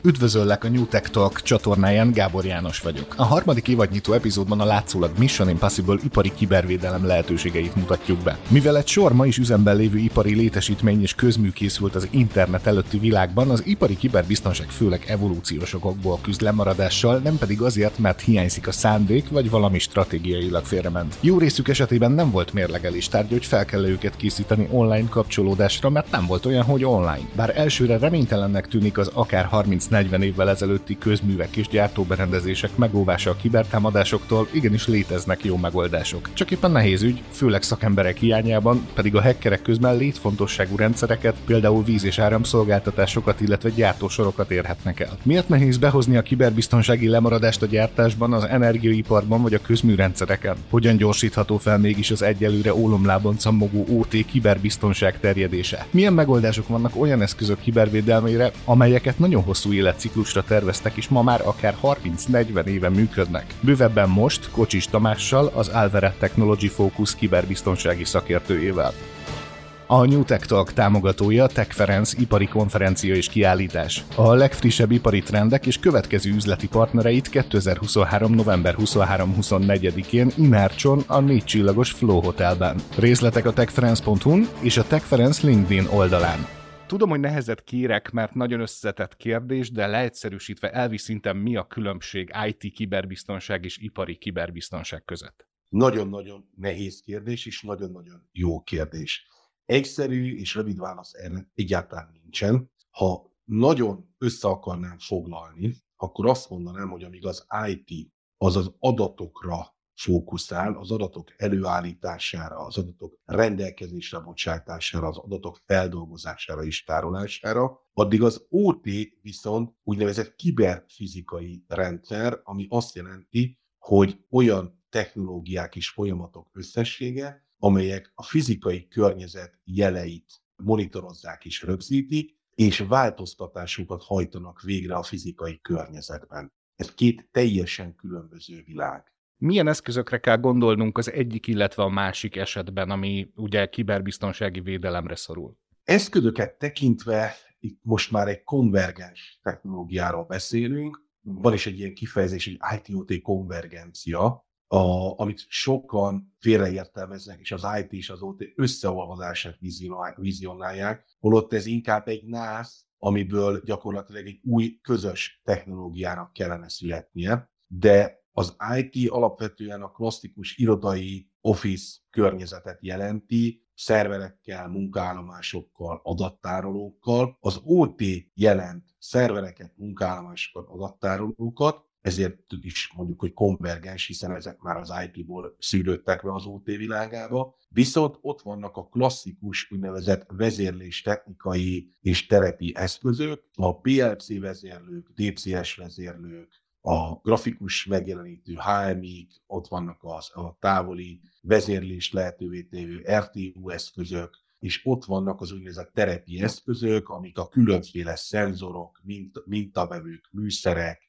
Üdvözöllek a New Tech Talk csatornáján, Gábor János vagyok. A harmadik évadnyitó epizódban a látszólag Mission Impossible ipari kibervédelem lehetőségeit mutatjuk be. Mivel egy sor ma is üzemben lévő ipari létesítmény és közmű készült az internet előtti világban, az ipari kiberbiztonság főleg evolúciós okokból küzd lemaradással, nem pedig azért, mert hiányzik a szándék, vagy valami stratégiailag félrement. Jó részük esetében nem volt mérlegelés tárgya, hogy fel kell őket készíteni online kapcsolódásra, mert nem volt olyan, hogy online. Bár elsőre reménytelennek tűnik az akár 30-40 évvel ezelőtti közművek és gyártóberendezések megóvása a kibertámadásoktól, igenis léteznek jó megoldások. Csak éppen nehéz ügy, főleg szakemberek hiányában, pedig a hackerek közben létfontosságú rendszereket, például víz- és áramszolgáltatásokat, illetve gyártósorokat érhetnek el. Miért nehéz behozni a kiberbiztonsági lemaradást a gyártásban, az energiaiparban vagy a közműrendszereken? Hogyan gyorsítható fel mégis az egyelőre ólomlában cammogó OT kiberbiztonság terjedése? Milyen megoldások vannak olyan eszközök kibervédelmére, amelyeket nagyon hosszú életciklusra terveztek, és ma már akár 30-40 éve működnek? Bővebben most Kocsis Tamással, az Alveret Technology Focus kiberbiztonsági szakértőjével. A New Tech Talk támogatója Techference ipari konferencia és kiállítás. A legfrissebb ipari trendek és következő üzleti partnereit 2023. november 23-24-én Inácson a 4 csillagos Flow Hotelben. Részletek a techference.hu-n és a Techference LinkedIn oldalán. Tudom, hogy nehezet kérek, mert nagyon összetett kérdés, de leegyszerűsítve elvi szinten mi a különbség IT kiberbiztonság és ipari kiberbiztonság között? Nagyon-nagyon nehéz kérdés, és nagyon-nagyon jó kérdés. Egyszerű és rövid válasz erre egyáltalán nincsen. Ha nagyon össze akarnám foglalni, akkor azt mondanám, hogy amíg az IT az adatokra fókuszál, az adatok előállítására, az adatok rendelkezésre bocsátására, az adatok feldolgozására és tárolására, addig az OT viszont úgynevezett kiberfizikai rendszer, ami azt jelenti, hogy olyan technológiák és folyamatok összessége, amelyek a fizikai környezet jeleit monitorozzák és rögzítik, és változtatásokat hajtanak végre a fizikai környezetben. Ez két teljesen különböző világ. Milyen eszközökre kell gondolnunk az egyik, illetve a másik esetben, ami ugye kiberbiztonsági védelemre szorul? Eszközöket tekintve itt most már egy konvergens technológiáról beszélünk. Van is egy ilyen kifejezés, hogy IT-OT konvergencia, amit sokan félreértelmeznek, és az IT és az OT összeolvadását vizionálják, holott ez inkább egy nász, amiből gyakorlatilag egy új közös technológiának kellene születnie, de az IT alapvetően a klasszikus irodai office környezetet jelenti, szerverekkel, munkállomásokkal, adattárolókkal. Az OT jelent szervereket, munkállomásokat, adattárolókat, ezért is mondjuk, hogy konvergens, hiszen ezek már az IT-ból szűrődtek be az OT világába. Viszont ott vannak a klasszikus úgynevezett vezérlés technikai és terepi eszközök, a PLC vezérlők, DCS vezérlők, a grafikus megjelenítő HMI-k, ott vannak a távoli vezérlést lehetővé tévő RTU eszközök, és ott vannak az úgynevezett terepi eszközök, amik a különféle szenzorok, mintavevők, műszerek,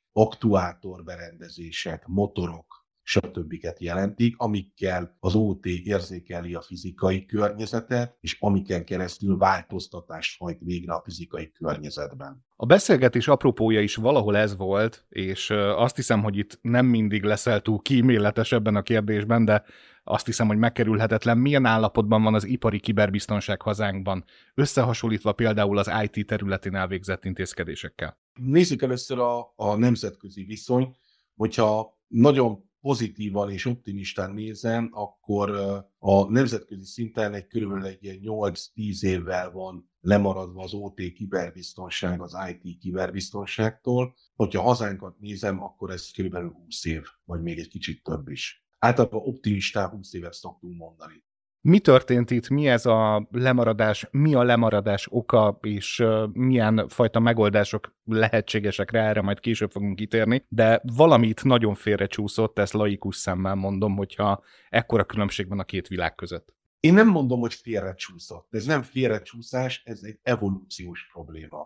aktuátorberendezések, motorok, stb. Jelentik, amikkel az OT érzékeli a fizikai környezetet, és amiken keresztül változtatást hajt végre a fizikai környezetben. A beszélgetés apropója is valahol ez volt, és azt hiszem, hogy itt nem mindig leszel túl kíméletes ebben a kérdésben, de azt hiszem, hogy megkerülhetetlen. Milyen állapotban van az ipari kiberbiztonság hazánkban, összehasonlítva például az IT területén elvégzett intézkedésekkel? Nézzük először a nemzetközi viszony. Hogyha nagyon pozitívan és optimistán nézem, akkor a nemzetközi szinten körülbelül egy ilyen 8-10 évvel van lemaradva az OT kiberbiztonság az IT kiberbiztonságtól. Hogyha hazánkat nézem, akkor ez körülbelül 20 év, vagy még egy kicsit több is. Általában optimistán 20 évet szoktunk mondani. Mi történt itt, mi ez a lemaradás, mi a lemaradás oka, és milyen fajta megoldások lehetségesek rá, erre majd később fogunk kitérni, de valamit nagyon félrecsúszott, ezt laikus szemmel mondom, hogyha ekkora különbség van a két világ között. Én nem mondom, hogy félrecsúszott. Ez nem félrecsúszás, ez egy evolúciós probléma.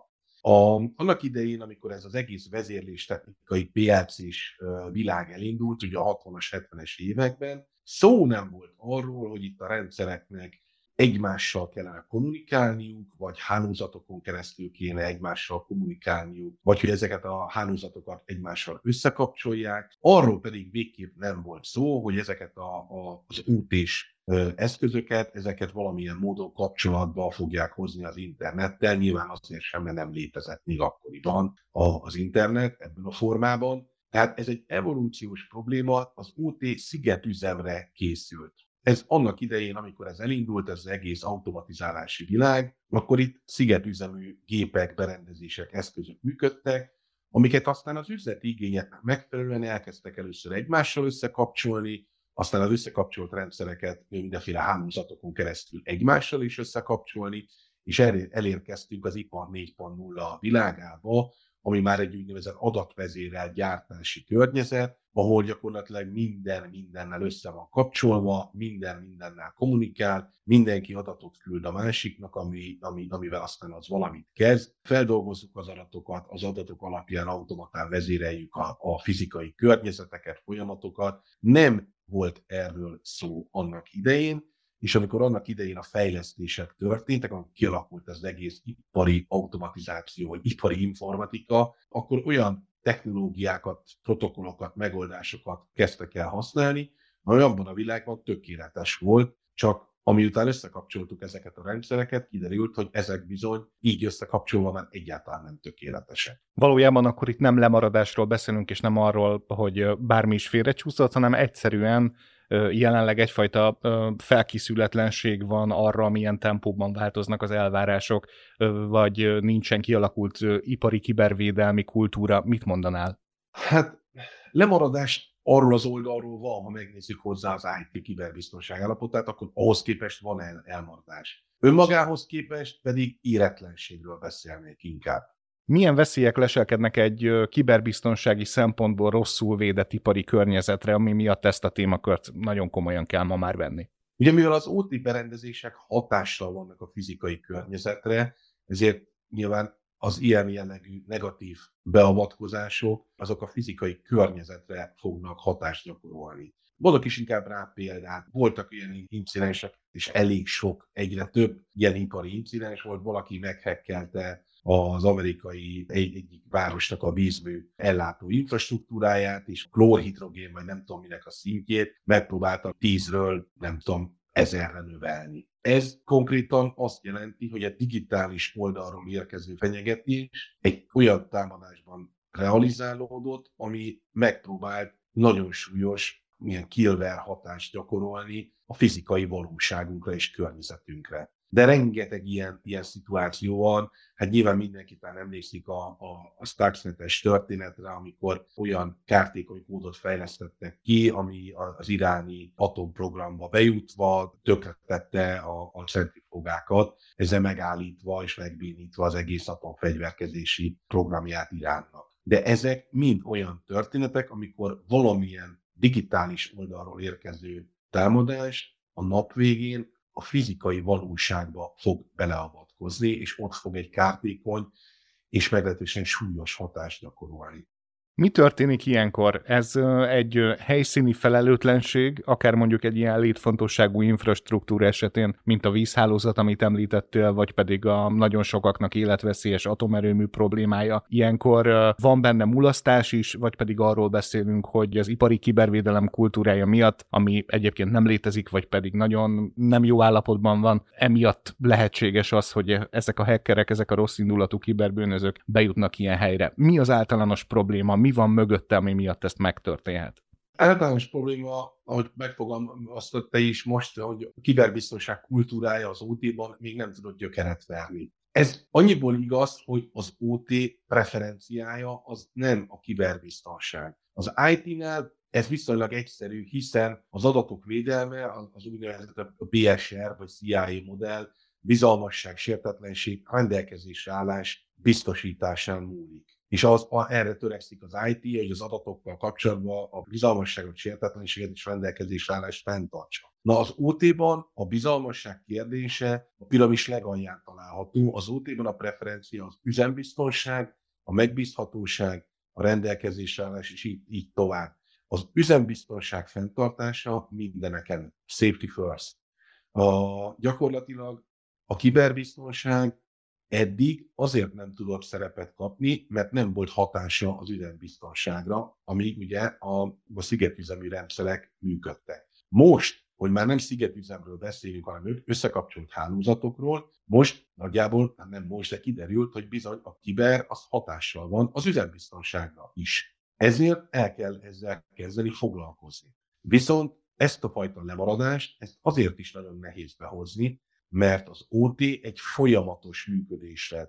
Annak idején, amikor ez az egész vezérléstechnikai PLC-s világ elindult, ugye a 60-as, 70-es években, szó nem volt arról, hogy itt a rendszereknek egymással kellene kommunikálniuk, vagy hálózatokon keresztül kéne egymással kommunikálniuk, vagy hogy ezeket a hálózatokat egymással összekapcsolják. Arról pedig végképp nem volt szó, hogy ezeket az OT-s eszközöket, ezeket valamilyen módon kapcsolatba fogják hozni az internettel. Nyilván azért sem, mert nem létezett még akkoriban az internet ebben a formában. Tehát ez egy evolúciós probléma, az OT szigetüzemre készült. Ez annak idején, amikor ez elindult, ez az egész automatizálási világ, akkor itt szigetüzemű gépek, berendezések, eszközök működtek, amiket aztán az üzleti igényeknek megfelelően elkezdtek először egymással összekapcsolni, aztán az összekapcsolt rendszereket mindenféle hálózatokon keresztül egymással is összekapcsolni, és elérkeztünk az ipar 4.0 világába, ami már egy úgynevezett adatvezérelt gyártási környezet, ahol gyakorlatilag minden mindennel össze van kapcsolva, minden mindennel kommunikál, mindenki adatot küld a másiknak, amivel aztán az valamit kezd. Feldolgozzuk az adatokat, az adatok alapján automatán vezéreljük a fizikai környezeteket, folyamatokat. Nem volt erről szó annak idején, és amikor annak idején a fejlesztések történtek, amikor kialakult az egész ipari automatizáció, vagy ipari informatika, akkor olyan technológiákat, protokollokat, megoldásokat kezdtek el használni, ami abban a világban tökéletes volt, csak amiután összekapcsoltuk ezeket a rendszereket, kiderült, hogy ezek bizony így összekapcsolva már egyáltalán nem tökéletesek. Valójában akkor itt nem lemaradásról beszélünk, és nem arról, hogy bármi is félrecsúszott, hanem egyszerűen jelenleg egyfajta felkészületlenség van arra, milyen tempóban változnak az elvárások, vagy nincsen kialakult ipari kibervédelmi kultúra. Mit mondanál? Hát lemaradás arról az oldalról van, ha megnézzük hozzá az IT kiberbiztonság állapotát, akkor ahhoz képest van elmaradás. Önmagához képest pedig éretlenségről beszélnék inkább. Milyen veszélyek leselkednek egy kiberbiztonsági szempontból rosszul védett ipari környezetre, ami miatt ezt a témakört nagyon komolyan kell ma már venni? Ugye mivel az OT berendezések hatással vannak a fizikai környezetre, ezért nyilván az ilyen jellegű negatív beavatkozások, azok a fizikai környezetre fognak hatást gyakorolni. Mondok is inkább rá példát. Voltak ilyen incidensek, és elég sok, egyre több ilyen ipari incidens volt, valaki meghekkelte az amerikai egyik városnak a vízmű ellátó infrastruktúráját, és klórhidrogén, vagy nem tudom minek a szintjét megpróbálta 10-ről, nem tudom, 1000-re növelni. Ez konkrétan azt jelenti, hogy a digitális oldalról érkező fenyegetés egy olyan támadásban realizálódott, ami megpróbált nagyon súlyos, milyen killware hatást gyakorolni a fizikai valóságunkra és környezetünkre. De rengeteg ilyen szituáció van. Hát nyilván mindenki talán emlékszik a Stuxnet-es történetre, amikor olyan kártékony kódot fejlesztettek ki, ami az iráni atomprogramba bejutva tönkretette a centrifugákat, ezzel megállítva és megbénítva az egész atomfegyverkezési programját Iránnak. De ezek mind olyan történetek, amikor valamilyen digitális oldalról érkező támadás a nap végén a fizikai valóságba fog beleavatkozni, és ott fog egy kártékony és meglehetősen súlyos hatást gyakorolni. Mi történik ilyenkor? Ez egy helyszíni felelőtlenség, akár mondjuk egy ilyen létfontosságú infrastruktúra esetén, mint a vízhálózat, amit említettél, vagy pedig a nagyon sokaknak életveszélyes atomerőmű problémája. Ilyenkor van benne mulasztás is, vagy pedig arról beszélünk, hogy az ipari kibervédelem kultúrája miatt, ami egyébként nem létezik, vagy pedig nagyon nem jó állapotban van, emiatt lehetséges az, hogy ezek a hackerek, ezek a rossz indulatú kiberbűnözők bejutnak ilyen helyre. Mi az általános probléma? Mi van mögötte, ami miatt ezt megtörténhet? Általános probléma, ahogy megfogalmaztad te is most, hogy a kiberbiztonság kultúrája az OT-ban még nem tudott gyökeret verni. Ez annyiból igaz, hogy az OT preferenciája az nem a kiberbiztonság. Az IT-nál ez viszonylag egyszerű, hiszen az adatok védelme, az úgynevezett a BSR vagy CIA modell, bizalmasság, sértetlenség, rendelkezésre állás biztosításán múlik. És erre törekszik az IT, hogy az adatokkal kapcsolatban a bizalmasságot, sértetlenséget és rendelkezésre állást fenntartsa. Na az OT-ban a bizalmasság kérdése a piramis legalján található. Az OT-ban a preferencia az üzembiztonság, a megbízhatóság, a rendelkezésre állás és így tovább. Az üzembiztonság fenntartása mindeneken safety first. Gyakorlatilag a kiberbiztonság eddig azért nem tudott szerepet kapni, mert nem volt hatása az üzembiztonságra, amíg ugye a szigetüzemű rendszerek működtek. Most, hogy már nem szigetüzemről beszélünk, hanem összekapcsolt hálózatokról, most nagyjából, nem most, de kiderült, hogy bizony a kiber az hatással van az üzembiztonságra is. Ezért el kell ezzel kezdeni foglalkozni. Viszont ezt a fajta lemaradást, ezt azért is nagyon nehéz behozni, mert az OT egy folyamatos működésre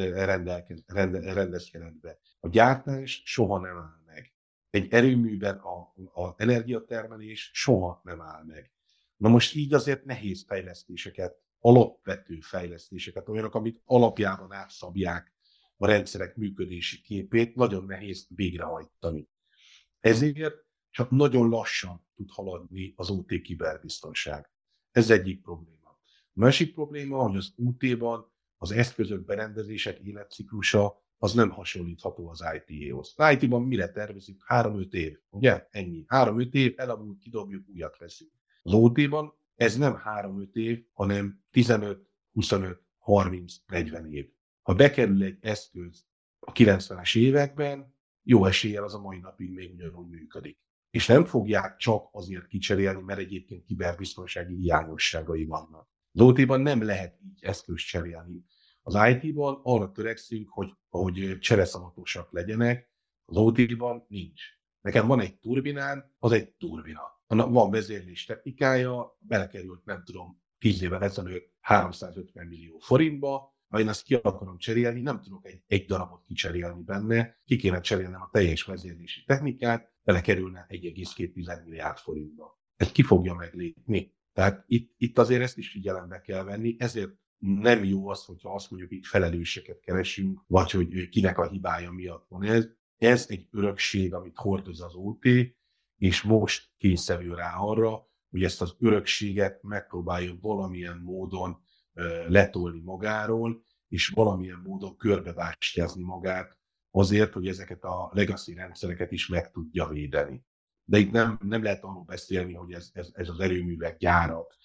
rendezkedett be. A gyártás soha nem áll meg. Egy erőműben az energiatermelés soha nem áll meg. Na most így azért nehéz fejlesztéseket, alapvető fejlesztéseket, olyanok, amit alapjában átszabják a rendszerek működési képét, nagyon nehéz végrehajtani. Ezért csak nagyon lassan tud haladni az OT kiberbiztonság. Ez egyik probléma. A másik probléma, hogy az OT-ban az eszközök, berendezések életciklusa az nem hasonlítható az IT-hoz. Az IT-ban mire tervezünk? 3-5 év, ugye? Ennyi. 3-5 év, elavult, kidobjuk, újat veszünk. Az OT-ban ez nem 3-5 év, hanem 15, 25, 30, 40 év. Ha bekerül egy eszköz a 90-es években, jó eséllyel az a mai napig még ugyanúgy működik. És nem fogják csak azért kicserélni, mert egyébként kiberbiztonsági hiányosságai vannak. Az OT-ban nem lehet így eszközt cserélni. Az IT-ban arra törekszünk, hogy csereszavatosak legyenek, az OT-ban nincs. Nekem van egy turbinán, az egy turbina. Annak van vezérlés technikája, belekerült, nem tudom, 10 évvel ezelőtt 350 millió forintba, ha én ezt ki akarom cserélni, nem tudok egy darabot kicserélni benne, ki kéne cserélnem a teljes vezérlési technikát, belekerülne 1,2 milliárd forintba. Ez ki fogja meglépni. Tehát itt azért ezt is figyelembe kell venni, ezért nem jó az, hogyha azt mondjuk, hogy felelőseket keresünk, vagy hogy kinek a hibája miatt van ez. Ez egy örökség, amit hordoz az OT, és most kényszerül rá arra, hogy ezt az örökséget megpróbáljuk valamilyen módon letolni magáról, és valamilyen módon körbebástyázni magát azért, hogy ezeket a legacy rendszereket is meg tudja védeni. De itt nem lehet arról beszélni, hogy ez az erőművek, gyárak,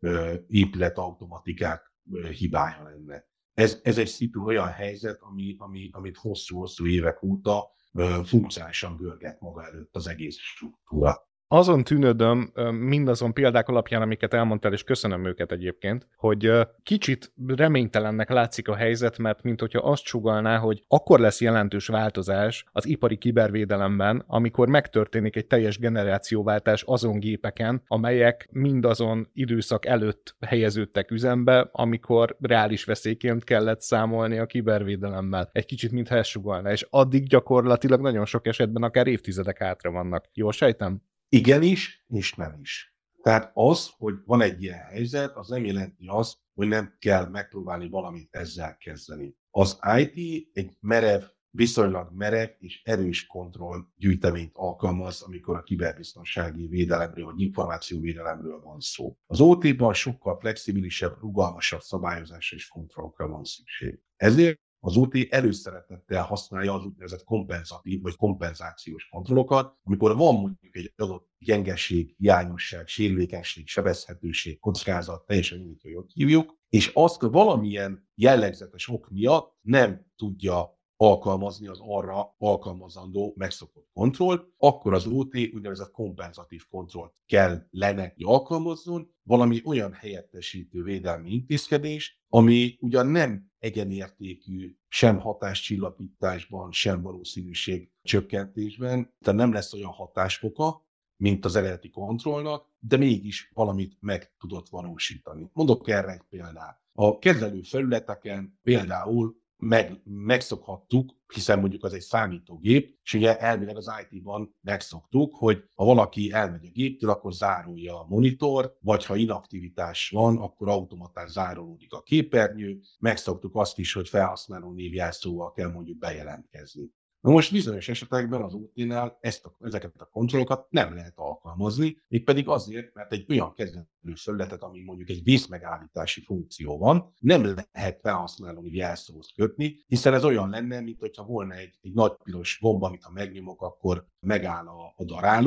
épületautomatikák hibája lenne. Ez egy olyan helyzet, amit hosszú-hosszú évek óta funkcionálisan görget maga előtt az egész struktúra. Azon tűnődöm mindazon példák alapján, amiket elmondtál, és köszönöm őket egyébként, hogy kicsit reménytelennek látszik a helyzet, mert minthogyha azt sugallná, hogy akkor lesz jelentős változás az ipari kibervédelemben, amikor megtörténik egy teljes generációváltás azon gépeken, amelyek mindazon időszak előtt helyeződtek üzembe, amikor reális veszélyként kellett számolni a kibervédelemmel. Egy kicsit mintha ezt sugallná, és addig gyakorlatilag nagyon sok esetben akár évtizedek hátra vannak. Jól sejtem? Igenis, és nem is. Tehát az, hogy van egy ilyen helyzet, az nem jelenti azt, hogy nem kell megpróbálni valamit ezzel kezdeni. Az IT egy viszonylag merev és erős kontrollgyűjteményt alkalmaz, amikor a kiberbiztonsági védelemről vagy információvédelemről van szó. Az OT-ban sokkal flexibilisebb, rugalmasabb szabályozásra és kontrollokra van szükség. Ezért az OT előszeretettel használja az úgynevezett kompenzatív vagy kompenzációs kontrollokat, amikor van mondjuk egy adott gyengeség, hiányosság, sérülékenység, sebezhetőség, kockázat, teljesen mindegy, hogy hívjuk, és azt valamilyen jellegzetes ok miatt nem tudja alkalmazni az arra alkalmazandó megszokott kontrollt, akkor az OT úgynevezett kompenzatív kontrollt kellene alkalmazzon, valami olyan helyettesítő védelmi intézkedés, ami ugyan nem egyenértékű sem hatáscsillapításban, sem valószínűség csökkentésben, tehát nem lesz olyan hatásfoka, mint az eredeti kontrollnak, de mégis valamit meg tudott valósítani. Mondok erre egy példát. A kezelő felületeken például megszokhattuk, hiszen mondjuk az egy számítógép, és ugye elvileg az IT-ban megszoktuk, hogy ha valaki elmegy a géptől, akkor zárulja a monitor, vagy ha inaktivitás van, akkor automatán zárolódik a képernyő. Megszoktuk azt is, hogy felhasználó névjelszóval kell mondjuk bejelentkezni. Na most bizonyos esetekben az OT-nál ezeket a kontrollokat nem lehet alkalmazni, mégpedig azért, mert egy olyan kezelőfelületet, ami mondjuk egy vészmegállítási funkció van, nem lehet felhasználó jelszóhoz kötni, hiszen ez olyan lenne, mint hogyha volna egy nagy piros gomba, amit ha megnyomok, akkor megáll a daráló,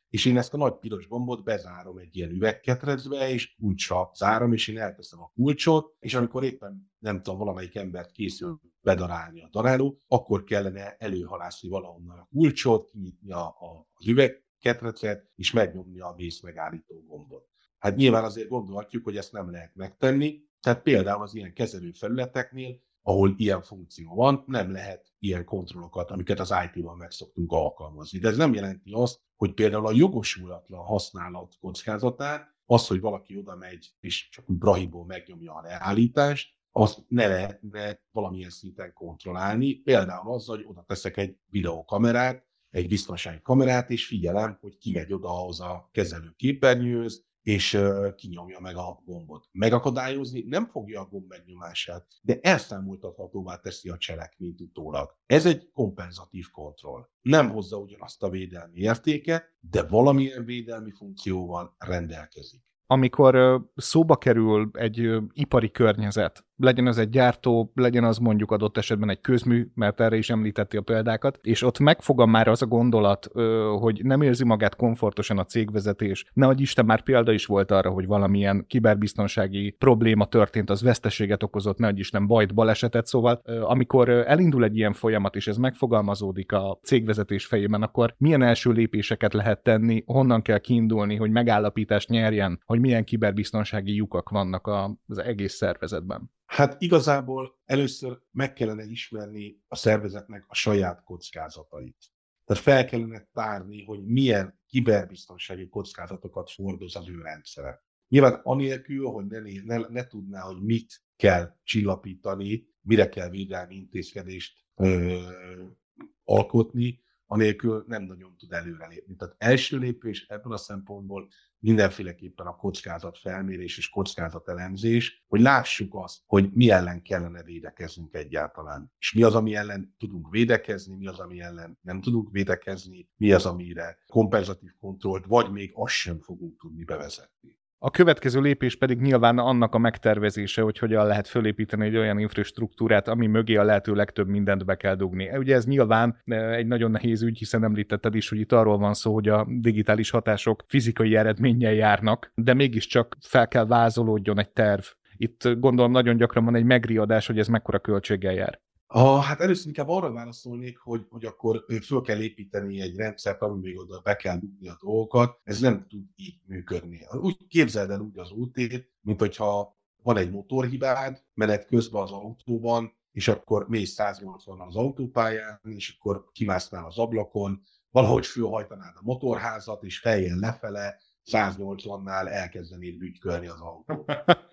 és én ezt a nagy piros gombot bezárom egy ilyen üvegketrecbe, és kulcsra zárom, és én elteszem a kulcsot, és amikor éppen, nem tudom, valamelyik embert készül bedarálni a daráló, akkor kellene előhalászni valahonnan a kulcsot, kinyitni az üvegketrecet, és megnyomni a vészmegállító gombot. Hát nyilván azért gondolhatjuk, hogy ezt nem lehet megtenni, tehát például az ilyen kezelőfelületeknél, ahol ilyen funkció van, nem lehet ilyen kontrollokat, amiket az IT-ban meg szoktunk alkalmazni. De ez nem jelenti azt, hogy például a jogosulatlan használat kockázatán, az, hogy valaki oda megy, és csak úgy brahiból megnyomja a leállítást, azt ne lehetne valamilyen szinten kontrollálni. Például azzal, hogy oda teszek egy videókamerát, egy biztonsági kamerát, és figyelem, hogy ki megy oda ahhoz a kezelő képernyőhöz, és kinyomja meg a gombot. Megakadályozni nem fogja a gomb megnyomását, de elszámoltathatóvá teszi a cselekményt utólag. Ez egy kompenzatív kontroll. Nem hozza ugyanazt a védelmi értéket, de valamilyen védelmi funkcióval rendelkezik. Amikor szóba kerül egy ipari környezet, legyen az egy gyártó, legyen az mondjuk adott esetben egy közmű, mert erre is említetti a példákat, és ott megfogam már az a gondolat, hogy nem érzi magát komfortosan a cégvezetés. Nehogy Isten, már példa is volt arra, hogy valamilyen kiberbiztonsági probléma történt, az veszteséget okozott, nehogy Isten, bajt, balesetet, szóval amikor elindul egy ilyen folyamat, és ez megfogalmazódik a cégvezetés fejében, akkor milyen első lépéseket lehet tenni, honnan kell kiindulni, hogy megállapítást nyerjen, hogy milyen kiberbiztonsági lyukak vannak az egész szervezetben? Hát igazából először meg kellene ismerni a szervezetnek a saját kockázatait. Tehát fel kellene tárni, hogy milyen kiberbiztonsági kockázatokat hordoz az ő rendszere. Nyilván anélkül, hogy ne tudná, hogy mit kell csillapítani, mire kell védelmi intézkedést alkotni, anélkül nem nagyon tud előrelépni. Tehát első lépés ebben a szempontból mindenféleképpen a kockázatfelmérés és kockázatelemzés, hogy lássuk azt, hogy mi ellen kellene védekeznünk egyáltalán. És mi az, ami ellen tudunk védekezni, mi az, ami ellen nem tudunk védekezni, mi az, amire kompenzatív kontrollt, vagy még azt sem fogunk tudni bevezetni. A következő lépés pedig nyilván annak a megtervezése, hogy hogyan lehet fölépíteni egy olyan infrastruktúrát, ami mögé a lehető legtöbb mindent be kell dugni. Ugye ez nyilván egy nagyon nehéz ügy, hiszen említetted is, hogy itt arról van szó, hogy a digitális hatások fizikai eredménnyel járnak, de mégiscsak fel kell vázolódjon egy terv. Itt gondolom nagyon gyakran van egy megriadás, hogy ez mekkora költséggel jár. Hát először inkább arra válaszolnék, hogy akkor föl kell építeni egy rendszert, ami még oda be kell dugni a dolgokat. Ez nem tud így működni. Úgy képzeld el úgy az OT-t, mint hogyha van egy motorhibád, menet közben az autóban, és akkor mész 180 az autópályán, és akkor kimásznál az ablakon, valahogy fölhajtanád a motorházat, és fejjel lefele 180-nál elkezdenéd bütykölni az autót.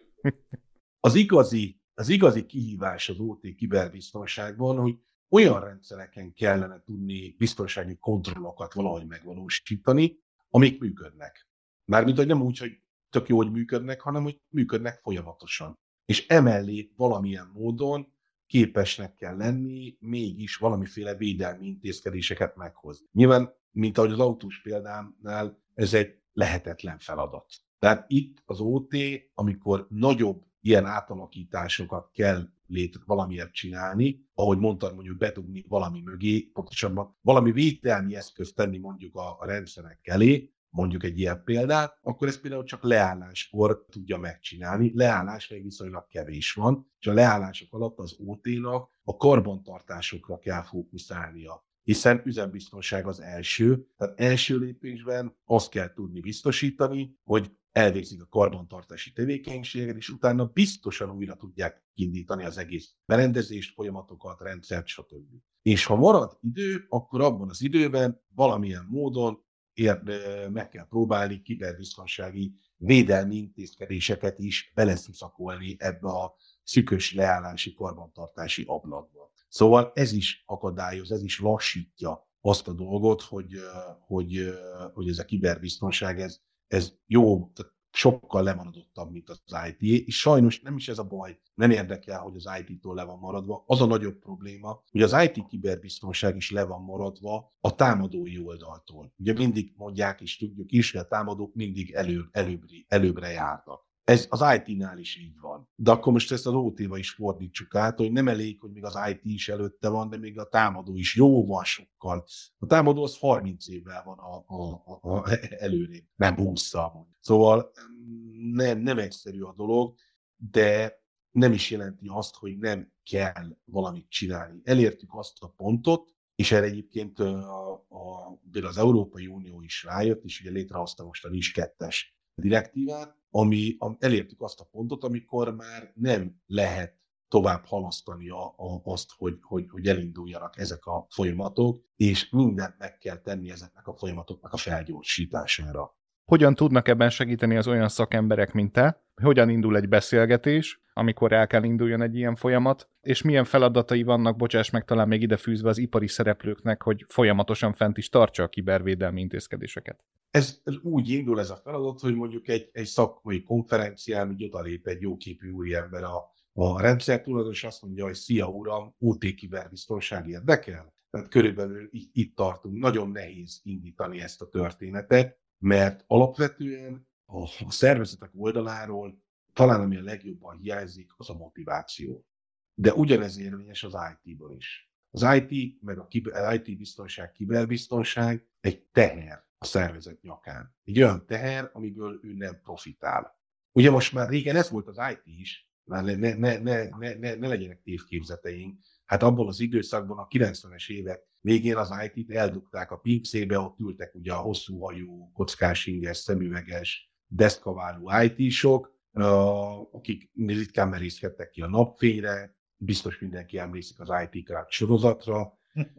Az igazi kihívás az OT kiberbiztonságban, hogy olyan rendszereken kellene tudni biztonsági kontrollokat valahogy megvalósítani, amik működnek. Mármint, hogy nem úgy, hogy tök jó, hogy működnek, hanem hogy működnek folyamatosan. És emellé valamilyen módon képesnek kell lenni mégis valamiféle védelmi intézkedéseket meghozni. Nyilván, mint ahogy az autós példámnál, ez egy lehetetlen feladat. Tehát itt az OT, amikor nagyobb ilyen átalakításokat kell valamiért csinálni, ahogy mondtam, mondjuk bedugni valami mögé, pontosabban valami védelmi eszközt tenni mondjuk a rendszerek elé, mondjuk egy ilyen példát, akkor ezt például csak leálláskor tudja megcsinálni. Leállás még viszonylag kevés van, és a leállások alatt az OT-nak a karbantartásokra kell fókuszálnia. Hiszen üzembiztonság az első, tehát első lépésben azt kell tudni biztosítani, hogy elvégzik a karbantartási tevékenységet, és utána biztosan újra tudják indítani az egész berendezést, folyamatokat, rendszert, stb. És ha marad idő, akkor abban az időben valamilyen módon meg kell próbálni kiberbiztonsági védelmi intézkedéseket is beleszuszakolni ebbe a szűkös leállási karbantartási ablakba. Szóval ez is akadályoz, ez is lassítja azt a dolgot, hogy ez a kiberbiztonság, ez jó, sokkal lemaradottabb, mint az IT, és sajnos nem is ez a baj, nem érdekel, hogy az IT-tól le van maradva. Az a nagyobb probléma, hogy az IT kiberbiztonság is le van maradva a támadói oldaltól. Ugye mindig mondják és tudjuk is, hogy a támadók mindig előbbre járnak. Ez az IT-nál is így van. De akkor most ezt az OT-ba is fordítsuk át, hogy nem elég, hogy még az IT is előtte van, de még a támadó is jóval sokkal. A támadó az 30 évvel van előrébb, nem 20-szal. Szóval nem egyszerű a dolog, de nem is jelenti azt, hogy nem kell valamit csinálni. Elértük azt a pontot, és erre egyébként például az Európai Unió is rájött, és ugye létrehozta most a NIS 2-es direktívát, elértük azt a pontot, amikor már nem lehet tovább halasztani azt, hogy elinduljanak ezek a folyamatok, és mindent meg kell tenni ezeknek a folyamatoknak a felgyorsítására. Hogyan tudnak ebben segíteni az olyan szakemberek, mint te? Hogyan indul egy beszélgetés, amikor el kell induljon egy ilyen folyamat, és milyen feladatai vannak, bocsáss meg, talán még ide fűzve az ipari szereplőknek, hogy folyamatosan fent is tartsa a kibervédelmi intézkedéseket? Ez úgy indul ez a feladat, hogy mondjuk egy szakmai konferencián úgy odalép egy jóképű úriember a rendszertulajdonos, azt mondja, hogy szia uram, OT kiberbiztonság érdekel? Tehát körülbelül itt tartunk. Nagyon nehéz indítani ezt a történetet, mert alapvetően a szervezetek oldaláról talán ami a legjobban hiányzik, az a motiváció. De ugyanez érvényes az IT-ban is. Az IT, meg a IT biztonság, kiberbiztonság egy teher a szervezet nyakán. Egy olyan teher, amiből ő nem profitál. Ugye most már régen ez volt az IT is, már ne legyenek tévképzeteink. Hát abban az időszakban, a 90-es évek végén az IT-t eldugták a pincébe, ott ültek ugye a hosszú hajú, kockás inges, szemüveges, deszkaváló IT-sok, akik ritkán merészkedtek ki a napfényre, biztos mindenki emlékszik az IT Crowd sorozatra.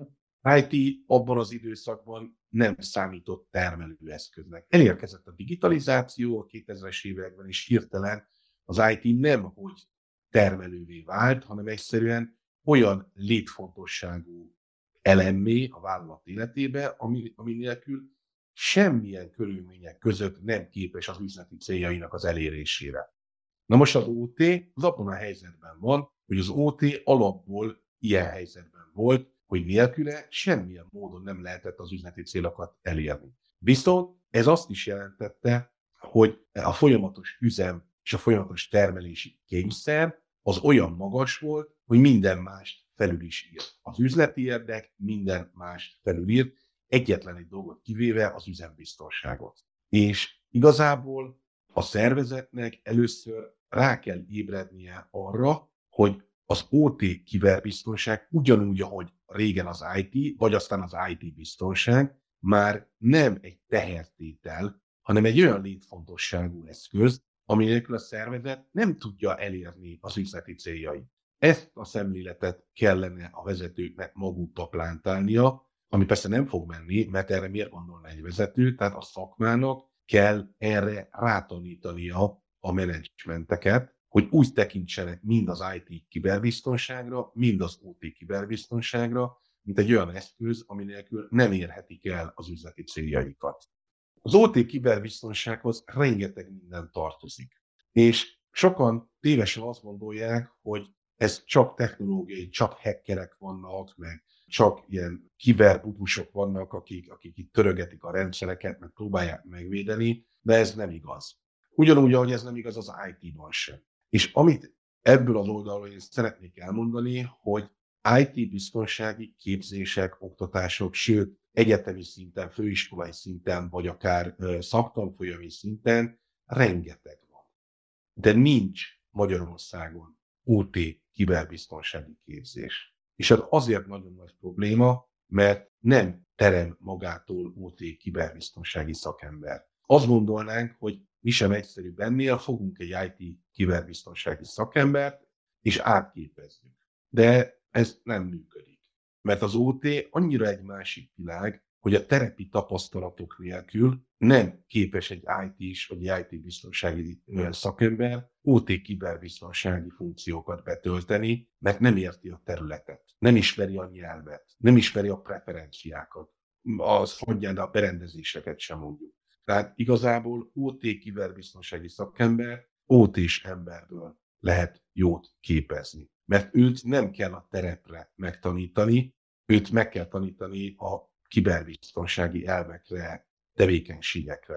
IT abban az időszakban nem számított termelőeszköznek. Elérkezett a digitalizáció a 2000-es években, és hirtelen az IT nem hogy termelővé vált, hanem egyszerűen olyan létfontosságú elemmé a vállalat életébe, ami nélkül semmilyen körülmények között nem képes az üzleti céljainak az elérésére. Na most az OT az abban a helyzetben van, hogy az OT alapból ilyen helyzetben volt, hogy nélküle semmilyen módon nem lehetett az üzleti célokat elérni. Viszont ez azt is jelentette, hogy a folyamatos üzem és a folyamatos termelési kényszer az olyan magas volt, hogy minden mást felül is írt. Az üzleti érdek minden mást felülírt, egyetlen egy dolgot kivéve az üzembiztonságot. És igazából a szervezetnek először rá kell ébrednie arra, hogy az OT kiberbiztonság ugyanúgy, ahogy régen az IT, vagy aztán az IT biztonság már nem egy tehertétel, hanem egy olyan létfontosságú eszköz, ami nélkül a szervezet nem tudja elérni az üzleti céljait. Ezt a szemléletet kellene a vezetőknek magukba plántálnia, ami persze nem fog menni, mert erre miért gondolna egy vezető, tehát a szakmának kell erre rátanítania a menedzsmenteket, hogy úgy tekintsenek mind az IT kiberbiztonságra, mind az OT kiberbiztonságra, mint egy olyan eszköz, ami nélkül nem érhetik el az üzleti céljaikat. Az OT kiberbiztonsághoz rengeteg minden tartozik. És sokan tévesen azt gondolják, hogy ez csak technológiai, csak hackerek vannak, meg csak ilyen kiberbubusok vannak, akik itt törögetik a rendszereket, meg próbálják megvédeni, de ez nem igaz. Ugyanúgy, ahogy ez nem igaz az IT-ban sem. És amit ebből az oldalról én szeretnék elmondani, hogy IT biztonsági képzések, oktatások, sőt, egyetemi szinten, főiskolai szinten, vagy akár szaktanfolyami szinten rengeteg van. De nincs Magyarországon OT kiberbiztonsági képzés. És ez azért nagyon nagy probléma, mert nem terem magától OT kiberbiztonsági szakember. Azt gondolnánk, hogy mi sem egyszerűbb ennél, fogunk egy IT kiberbiztonsági szakembert, és átképezzük. De ez nem működik. Mert az OT annyira egy másik világ, hogy a terepi tapasztalatok nélkül nem képes egy IT-s vagy egy IT-biztonsági szakember OT kiberbiztonsági funkciókat betölteni, mert nem érti a területet, nem ismeri a nyelvet, nem ismeri a preferenciákat, az hagyján a berendezéseket sem mondjuk. Tehát igazából OT kiberbiztonsági szakember OT-s emberből lehet jót képezni. Mert őt nem kell a terepre megtanítani, őt meg kell tanítani a kiberbiztonsági elvekre, tevékenységekre.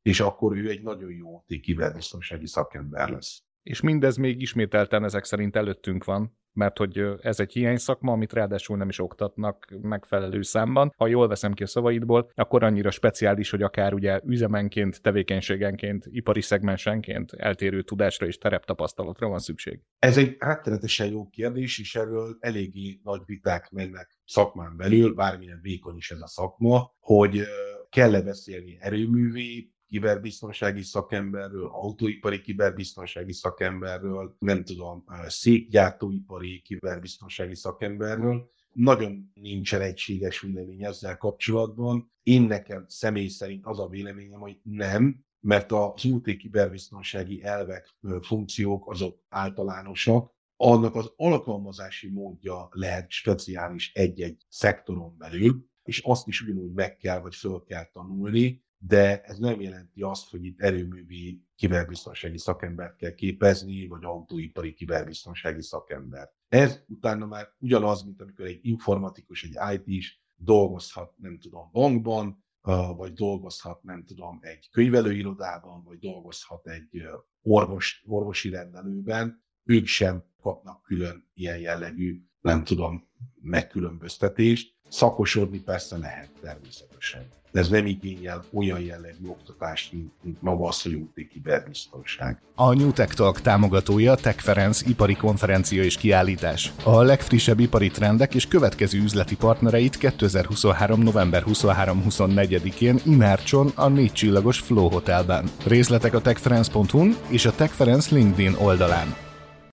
és akkor ő egy nagyon jó kiberbiztonsági szakember lesz. És mindez még ismételten ezek szerint előttünk van, mert hogy ez egy hiány szakma, amit ráadásul nem is oktatnak megfelelő számban. Ha jól veszem ki a szavaidból, akkor annyira speciális, hogy akár ugye üzemenként, tevékenységenként, ipari szegmensenként eltérő tudásra és tereptapasztalatra van szükség. Ez egy rettenetesen jó kérdés, és erről eléggé nagy viták mennek szakmán belül, bármilyen vékony is ez a szakma, hogy kell-e beszélni erőművi kiberbiztonsági szakemberről, autóipari kiberbiztonsági szakemberről, nem tudom, székgyártóipari kiberbiztonsági szakemberről. Nagyon nincsen egységes vélemény ezzel kapcsolatban. Én nekem személy szerint az a véleményem, hogy nem, mert az UT kiberbiztonsági elvek, funkciók azok általánosak, annak az alkalmazási módja lehet speciális egy-egy szektoron belül, és azt is ugyanúgy meg kell, vagy föl kell tanulni, de ez nem jelenti azt, hogy itt erőművi kiberbiztonsági szakembert kell képezni, vagy autóipari kiberbiztonsági szakembert. Ez utána már ugyanaz, mint amikor egy informatikus, egy IT-s dolgozhat, nem tudom, bankban, vagy dolgozhat, nem tudom, egy könyvelőirodában, vagy dolgozhat egy orvosi rendelőben, ők sem kapnak külön ilyen jellegű, nem tudom, megkülönböztetést. Szakosodni persze lehet természetesen. De ez nem igényel olyan jellegű oktatást, mint maga a UT kiberbiztonság. A New Tech Talk támogatója a Tech Ferenc ipari konferencia és kiállítás. A legfrissebb ipari trendek és következő üzleti partnereit 2023. november 23-24-én Imárcson a 4 csillagos Flow Hotelben. Részletek a techference.hu-n és a Tech Ferenc LinkedIn oldalán.